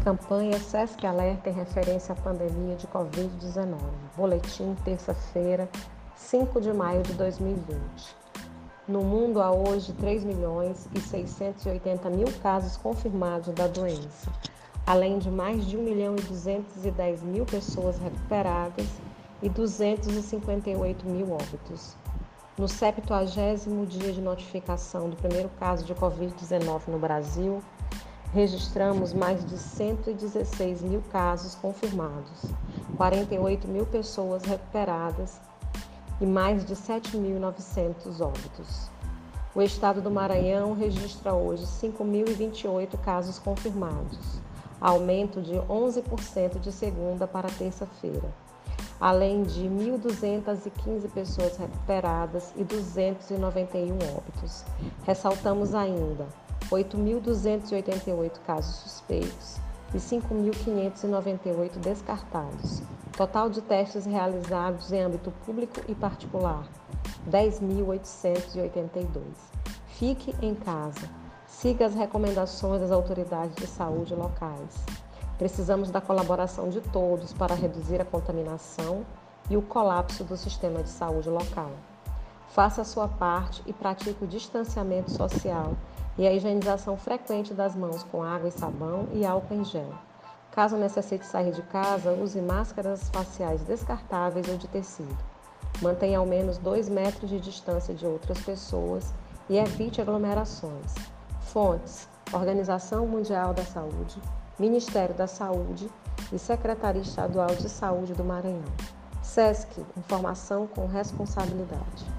Campanha SESC Alerta em referência à pandemia de Covid-19. Boletim, terça-feira, 5 de maio de 2020. No mundo há hoje 3.680.000 casos confirmados da doença, além de mais de 1.210.000 pessoas recuperadas e 258.000 óbitos. No 70º dia de notificação do primeiro caso de Covid-19 no Brasil, registramos mais de 116.000 casos confirmados, 48.000 pessoas recuperadas e mais de 7.900 óbitos. O estado do Maranhão registra hoje 5.028 casos confirmados, aumento de 11% de segunda para terça-feira, além de 1.215 pessoas recuperadas e 291 óbitos. Ressaltamos ainda 8.288 casos suspeitos e 5.598 descartados. Total de testes realizados em âmbito público e particular, 10.882. Fique em casa. Siga as recomendações das autoridades de saúde locais. Precisamos da colaboração de todos para reduzir a contaminação e o colapso do sistema de saúde local. Faça a sua parte e pratique o distanciamento social e a higienização frequente das mãos com água e sabão e álcool em gel. Caso necessite sair de casa, use máscaras faciais descartáveis ou de tecido. Mantenha ao menos 2 metros de distância de outras pessoas e evite aglomerações. Fontes: Organização Mundial da Saúde, Ministério da Saúde e Secretaria Estadual de Saúde do Maranhão. SESC, informação com responsabilidade.